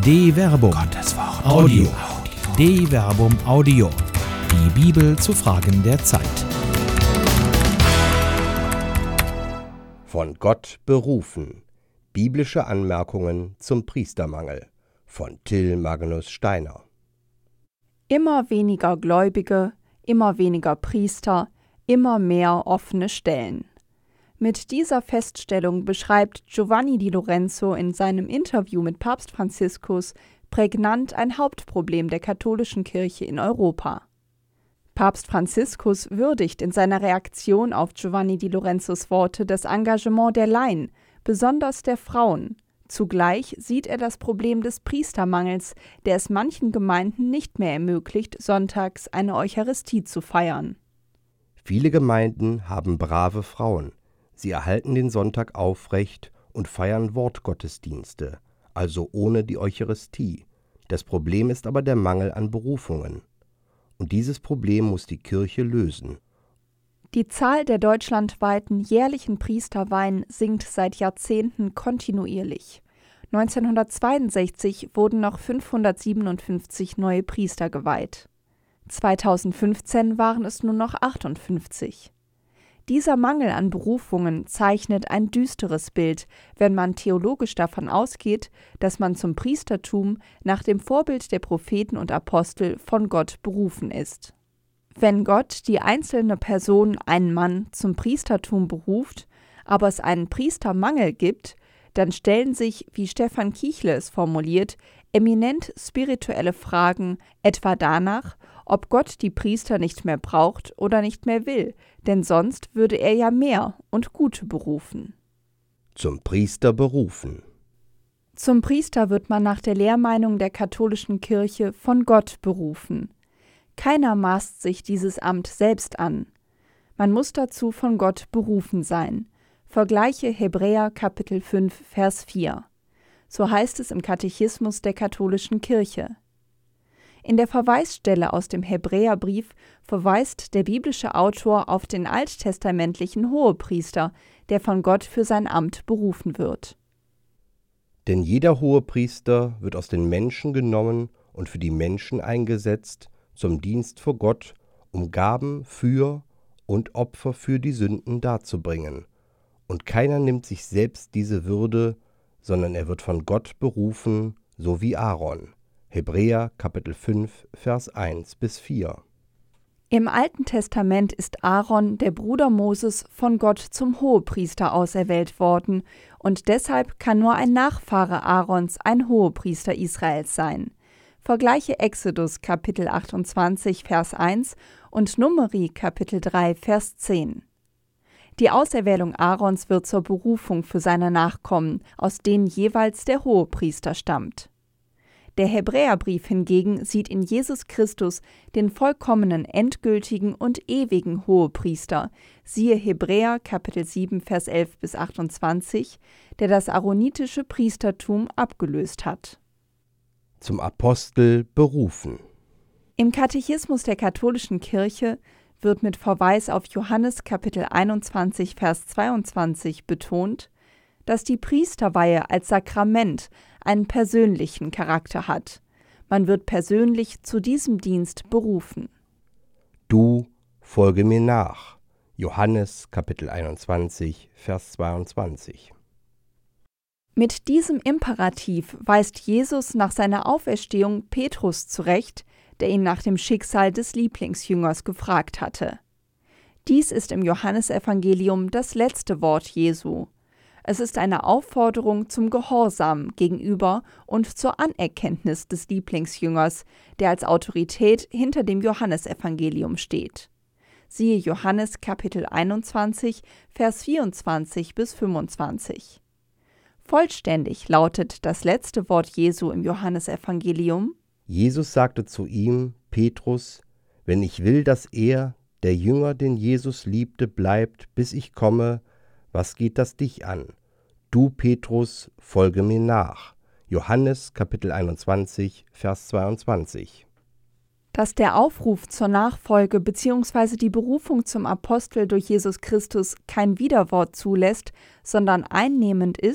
De Verbum. Gottes Wort. Audio. De Verbum Audio. Die Bibel zu Fragen der Zeit. Von Gott berufen. Biblische Anmerkungen zum Priestermangel. Von Till Magnus Steiner. Immer weniger Gläubige, immer weniger Priester, immer mehr offene Stellen. Mit dieser Feststellung beschreibt Giovanni Di Lorenzo in seinem Interview mit Papst Franziskus prägnant ein Hauptproblem der katholischen Kirche in Europa. Papst Franziskus würdigt in seiner Reaktion auf Giovanni Di Lorenzos Worte das Engagement der Laien, besonders der Frauen. Zugleich sieht er das Problem des Priestermangels, der es manchen Gemeinden nicht mehr ermöglicht, sonntags eine Eucharistie zu feiern. Viele Gemeinden haben brave Frauen. Sie erhalten den Sonntag aufrecht und feiern Wortgottesdienste, also ohne die Eucharistie. Das Problem ist aber der Mangel an Berufungen. Und dieses Problem muss die Kirche lösen. Die Zahl der deutschlandweiten jährlichen Priesterweihen sinkt seit Jahrzehnten kontinuierlich. 1962 wurden noch 557 neue Priester geweiht. 2015 waren es nur noch 58. Dieser Mangel an Berufungen zeichnet ein düsteres Bild, wenn man theologisch davon ausgeht, dass man zum Priestertum nach dem Vorbild der Propheten und Apostel von Gott berufen ist. Wenn Gott die einzelne Person, einen Mann, zum Priestertum beruft, aber es einen Priestermangel gibt, dann stellen sich, wie Stefan Kichle es formuliert, eminent spirituelle Fragen, etwa danach, ob Gott die Priester nicht mehr braucht oder nicht mehr will, denn sonst würde er ja mehr und gute berufen. Zum Priester berufen. Zum Priester wird man nach der Lehrmeinung der katholischen Kirche von Gott berufen. Keiner maßt sich dieses Amt selbst an. Man muss dazu von Gott berufen sein. Vergleiche Hebräer Kapitel 5, Vers 4. So heißt es im Katechismus der katholischen Kirche. In der Verweisstelle aus dem Hebräerbrief verweist der biblische Autor auf den alttestamentlichen Hohepriester, der von Gott für sein Amt berufen wird. Denn jeder Hohepriester wird aus den Menschen genommen und für die Menschen eingesetzt, zum Dienst vor Gott, um Gaben für und Opfer für die Sünden darzubringen. Und keiner nimmt sich selbst diese Würde, sondern er wird von Gott berufen, so wie Aaron. Hebräer Kapitel 5, Vers 1 bis 4. Im Alten Testament ist Aaron, der Bruder Moses, von Gott zum Hohepriester auserwählt worden und deshalb kann nur ein Nachfahre Aarons ein Hohepriester Israels sein. Vergleiche Exodus Kapitel 28, Vers 1 und Numeri Kapitel 3, Vers 10. Die Auserwählung Aarons wird zur Berufung für seine Nachkommen, aus denen jeweils der Hohepriester stammt. Der Hebräerbrief hingegen sieht in Jesus Christus den vollkommenen, endgültigen und ewigen Hohepriester, siehe Hebräer Kapitel 7, Vers 11 bis 28, der das aaronitische Priestertum abgelöst hat. Zum Apostel berufen. Im Katechismus der katholischen Kirche wird mit Verweis auf Johannes Kapitel 21, Vers 22 betont, dass die Priesterweihe als Sakrament einen persönlichen Charakter hat. Man wird persönlich zu diesem Dienst berufen. Du folge mir nach. Johannes Kapitel 21, Vers 22. Mit diesem Imperativ weist Jesus nach seiner Auferstehung Petrus zurecht, der ihn nach dem Schicksal des Lieblingsjüngers gefragt hatte. Dies ist im Johannesevangelium das letzte Wort Jesu. Es ist eine Aufforderung zum Gehorsam gegenüber und zur Anerkenntnis des Lieblingsjüngers, der als Autorität hinter dem Johannesevangelium steht. Siehe Johannes Kapitel 21, Vers 24 bis 25. Vollständig lautet das letzte Wort Jesu im Johannesevangelium: Jesus sagte zu ihm, Petrus, wenn ich will, dass er, der Jünger, den Jesus liebte, bleibt, bis ich komme, was geht das dich an? Du, Petrus, folge mir nach. Johannes Kapitel 21, Vers 22. Dass der Aufruf zur Nachfolge bzw. die Berufung zum Apostel durch Jesus Christus kein Widerwort zulässt, sondern einnehmend ist,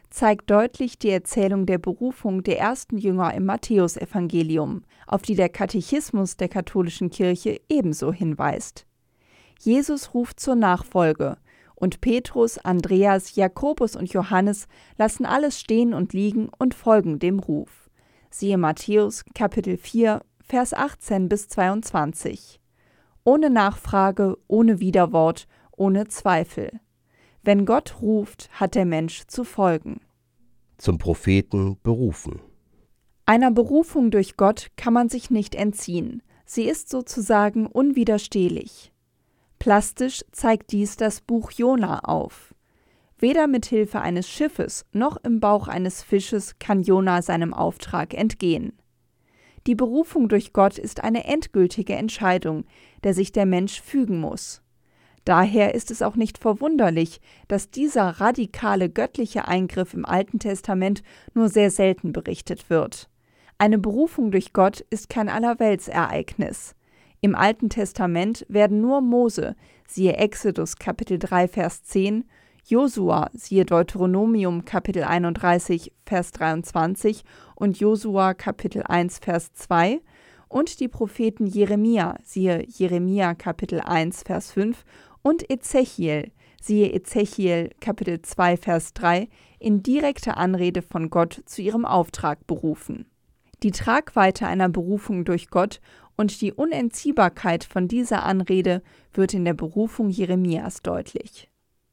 zeigt deutlich die Erzählung der Berufung der ersten Jünger im Matthäusevangelium, auf die der Katechismus der katholischen Kirche ebenso hinweist. Jesus ruft zur Nachfolge, und Petrus, Andreas, Jakobus und Johannes lassen alles stehen und liegen und folgen dem Ruf. Siehe Matthäus, Kapitel 4, Vers 18 bis 22. Ohne Nachfrage, ohne Widerwort, ohne Zweifel. Wenn Gott ruft, hat der Mensch zu folgen. Zum Propheten berufen. Einer Berufung durch Gott kann man sich nicht entziehen. Sie ist sozusagen unwiderstehlich. Plastisch zeigt dies das Buch Jona auf. Weder mit Hilfe eines Schiffes noch im Bauch eines Fisches kann Jona seinem Auftrag entgehen. Die Berufung durch Gott ist eine endgültige Entscheidung, der sich der Mensch fügen muss. Daher ist es auch nicht verwunderlich, dass dieser radikale göttliche Eingriff im Alten Testament nur sehr selten berichtet wird. Eine Berufung durch Gott ist kein Allerweltsereignis. Im Alten Testament werden nur Mose, siehe Exodus Kapitel 3, Vers 10, Josua, siehe Deuteronomium Kapitel 31, Vers 23 und Josua Kapitel 1, Vers 2 und die Propheten Jeremia, siehe Jeremia Kapitel 1, Vers 5 und Ezechiel, siehe Ezechiel Kapitel 2, Vers 3, in direkter Anrede von Gott zu ihrem Auftrag berufen. Die Tragweite einer Berufung durch Gott und die Unentziehbarkeit von dieser Anrede wird in der Berufung Jeremias deutlich.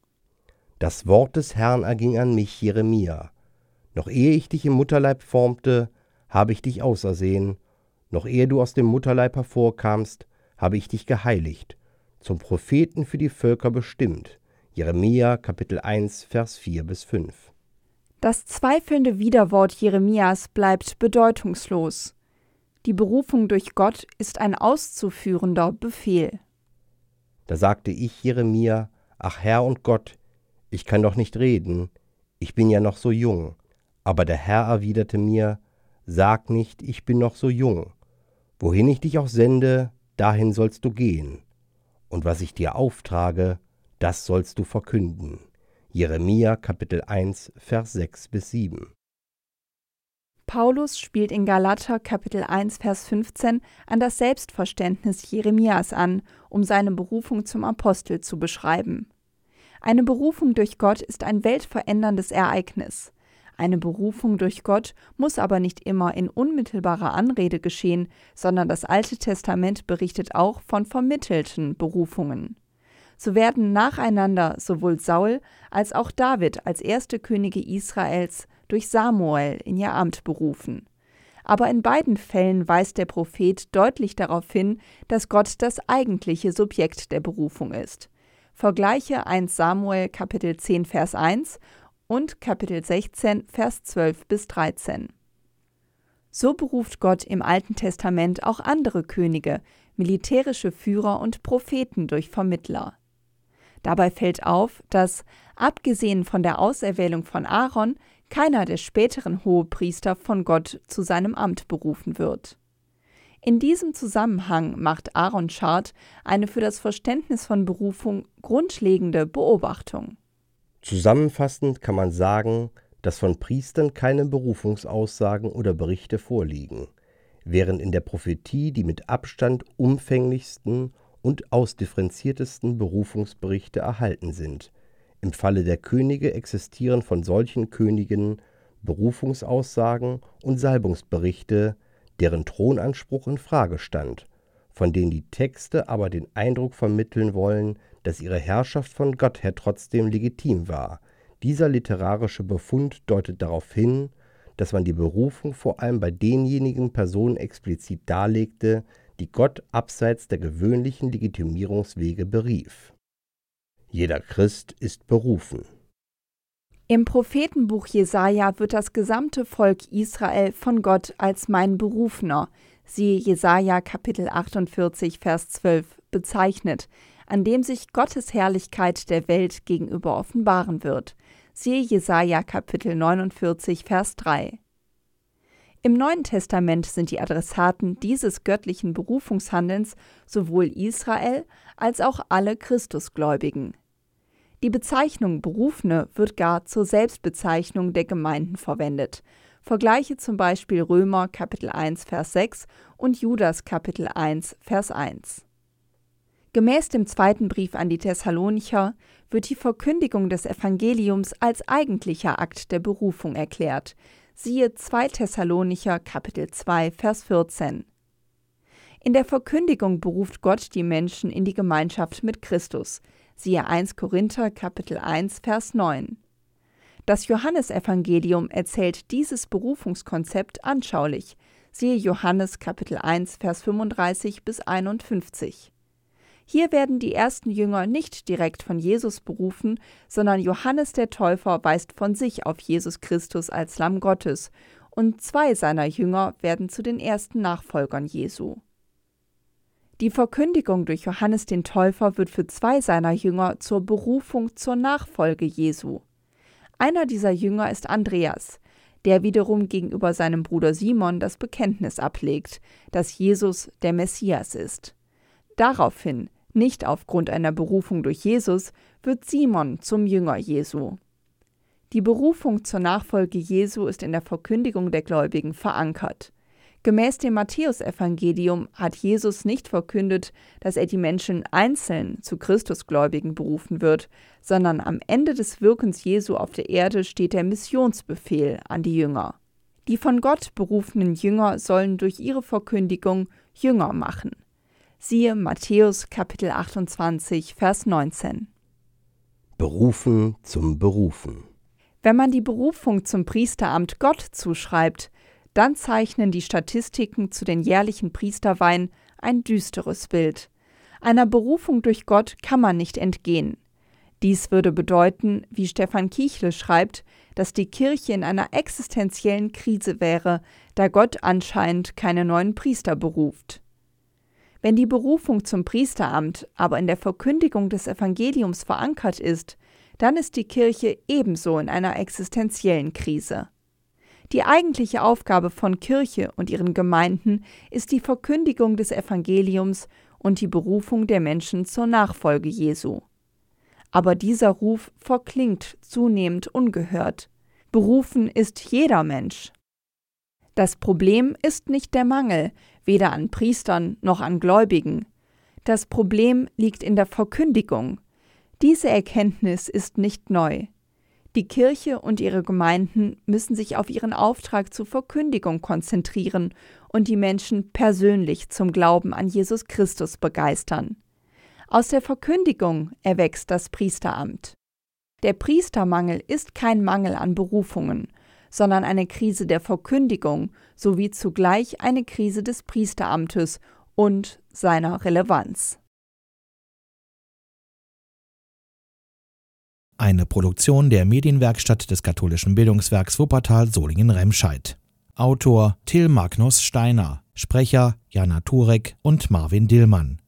Das Wort des Herrn erging an mich, Jeremia. Noch ehe ich dich im Mutterleib formte, habe ich dich ausersehen. Noch ehe du aus dem Mutterleib hervorkamst, habe ich dich geheiligt, zum Propheten für die Völker bestimmt. Jeremia, Kapitel 1, Vers 4 bis 5. Das zweifelnde Widerwort Jeremias bleibt bedeutungslos. Die Berufung durch Gott ist ein auszuführender Befehl. Da sagte ich, Jeremia, ach Herr und Gott, ich kann doch nicht reden, ich bin ja noch so jung. Aber der Herr erwiderte mir, sag nicht, ich bin noch so jung. Wohin ich dich auch sende, dahin sollst du gehen. Und was ich dir auftrage, das sollst du verkünden. Jeremia, Kapitel 1, Vers 6 bis 7. Paulus spielt in Galater Kapitel 1, Vers 15 an das Selbstverständnis Jeremias an, um seine Berufung zum Apostel zu beschreiben. Eine Berufung durch Gott ist ein weltveränderndes Ereignis. Eine Berufung durch Gott muss aber nicht immer in unmittelbarer Anrede geschehen, sondern das Alte Testament berichtet auch von vermittelten Berufungen. So werden nacheinander sowohl Saul als auch David als erste Könige Israels durch Samuel in ihr Amt berufen. Aber in beiden Fällen weist der Prophet deutlich darauf hin, dass Gott das eigentliche Subjekt der Berufung ist. Vergleiche 1 Samuel Kapitel 10 Vers 1 und Kapitel 16 Vers 12 bis 13. So beruft Gott im Alten Testament auch andere Könige, militärische Führer und Propheten durch Vermittler. Dabei fällt auf, dass, abgesehen von der Auserwählung von Aaron, keiner der späteren Hohepriester von Gott zu seinem Amt berufen wird. In diesem Zusammenhang macht Aaron Schart eine für das Verständnis von Berufung grundlegende Beobachtung. Zusammenfassend kann man sagen, dass von Priestern keine Berufungsaussagen oder Berichte vorliegen, während in der Prophetie die mit Abstand umfänglichsten und ausdifferenziertesten Berufungsberichte erhalten sind. Im Falle der Könige existieren von solchen Königen Berufungsaussagen und Salbungsberichte, deren Thronanspruch in Frage stand, von denen die Texte aber den Eindruck vermitteln wollen, dass ihre Herrschaft von Gott her trotzdem legitim war. Dieser literarische Befund deutet darauf hin, dass man die Berufung vor allem bei denjenigen Personen explizit darlegte, die Gott abseits der gewöhnlichen Legitimierungswege berief. Jeder Christ ist berufen. Im Prophetenbuch Jesaja wird das gesamte Volk Israel von Gott als mein Berufener, siehe Jesaja Kapitel 48, Vers 12, bezeichnet, an dem sich Gottes Herrlichkeit der Welt gegenüber offenbaren wird, siehe Jesaja Kapitel 49, Vers 3. Im Neuen Testament sind die Adressaten dieses göttlichen Berufungshandelns sowohl Israel als auch alle Christusgläubigen. Die Bezeichnung Berufene wird gar zur Selbstbezeichnung der Gemeinden verwendet. Vergleiche zum Beispiel Römer Kapitel 1, Vers 6 und Judas Kapitel 1, Vers 1. Gemäß dem zweiten Brief an die Thessalonicher wird die Verkündigung des Evangeliums als eigentlicher Akt der Berufung erklärt. Siehe 2 Thessalonicher Kapitel 2, Vers 14. In der Verkündigung beruft Gott die Menschen in die Gemeinschaft mit Christus. Siehe 1 Korinther Kapitel 1, Vers 9. Das Johannesevangelium erzählt dieses Berufungskonzept anschaulich. Siehe Johannes Kapitel 1, Vers 35 bis 51. Hier werden die ersten Jünger nicht direkt von Jesus berufen, sondern Johannes der Täufer weist von sich auf Jesus Christus als Lamm Gottes, und 2 seiner Jünger werden zu den ersten Nachfolgern Jesu. Die Verkündigung durch Johannes den Täufer wird für 2 seiner Jünger zur Berufung zur Nachfolge Jesu. Einer dieser Jünger ist Andreas, der wiederum gegenüber seinem Bruder Simon das Bekenntnis ablegt, dass Jesus der Messias ist. Daraufhin, nicht aufgrund einer Berufung durch Jesus, wird Simon zum Jünger Jesu. Die Berufung zur Nachfolge Jesu ist in der Verkündigung der Gläubigen verankert. Gemäß dem Matthäusevangelium hat Jesus nicht verkündet, dass er die Menschen einzeln zu Christusgläubigen berufen wird, sondern am Ende des Wirkens Jesu auf der Erde steht der Missionsbefehl an die Jünger. Die von Gott berufenen Jünger sollen durch ihre Verkündigung Jünger machen. Siehe Matthäus Kapitel 28, Vers 19. Berufen zum Berufen. Wenn man die Berufung zum Priesteramt Gott zuschreibt, dann zeichnen die Statistiken zu den jährlichen Priesterweihen ein düsteres Bild. Einer Berufung durch Gott kann man nicht entgehen. Dies würde bedeuten, wie Stefan Kiechle schreibt, dass die Kirche in einer existenziellen Krise wäre, da Gott anscheinend keine neuen Priester beruft. Wenn die Berufung zum Priesteramt aber in der Verkündigung des Evangeliums verankert ist, dann ist die Kirche ebenso in einer existenziellen Krise. Die eigentliche Aufgabe von Kirche und ihren Gemeinden ist die Verkündigung des Evangeliums und die Berufung der Menschen zur Nachfolge Jesu. Aber dieser Ruf verklingt zunehmend ungehört. Berufen ist jeder Mensch. Das Problem ist nicht der Mangel, weder an Priestern noch an Gläubigen. Das Problem liegt in der Verkündigung. Diese Erkenntnis ist nicht neu. Die Kirche und ihre Gemeinden müssen sich auf ihren Auftrag zur Verkündigung konzentrieren und die Menschen persönlich zum Glauben an Jesus Christus begeistern. Aus der Verkündigung erwächst das Priesteramt. Der Priestermangel ist kein Mangel an Berufungen, sondern eine Krise der Verkündigung sowie zugleich eine Krise des Priesteramtes und seiner Relevanz. Eine Produktion der Medienwerkstatt des katholischen Bildungswerks Wuppertal Solingen-Remscheid. Autor Till Magnus Steiner, Sprecher Jana Turek und Marvin Dillmann.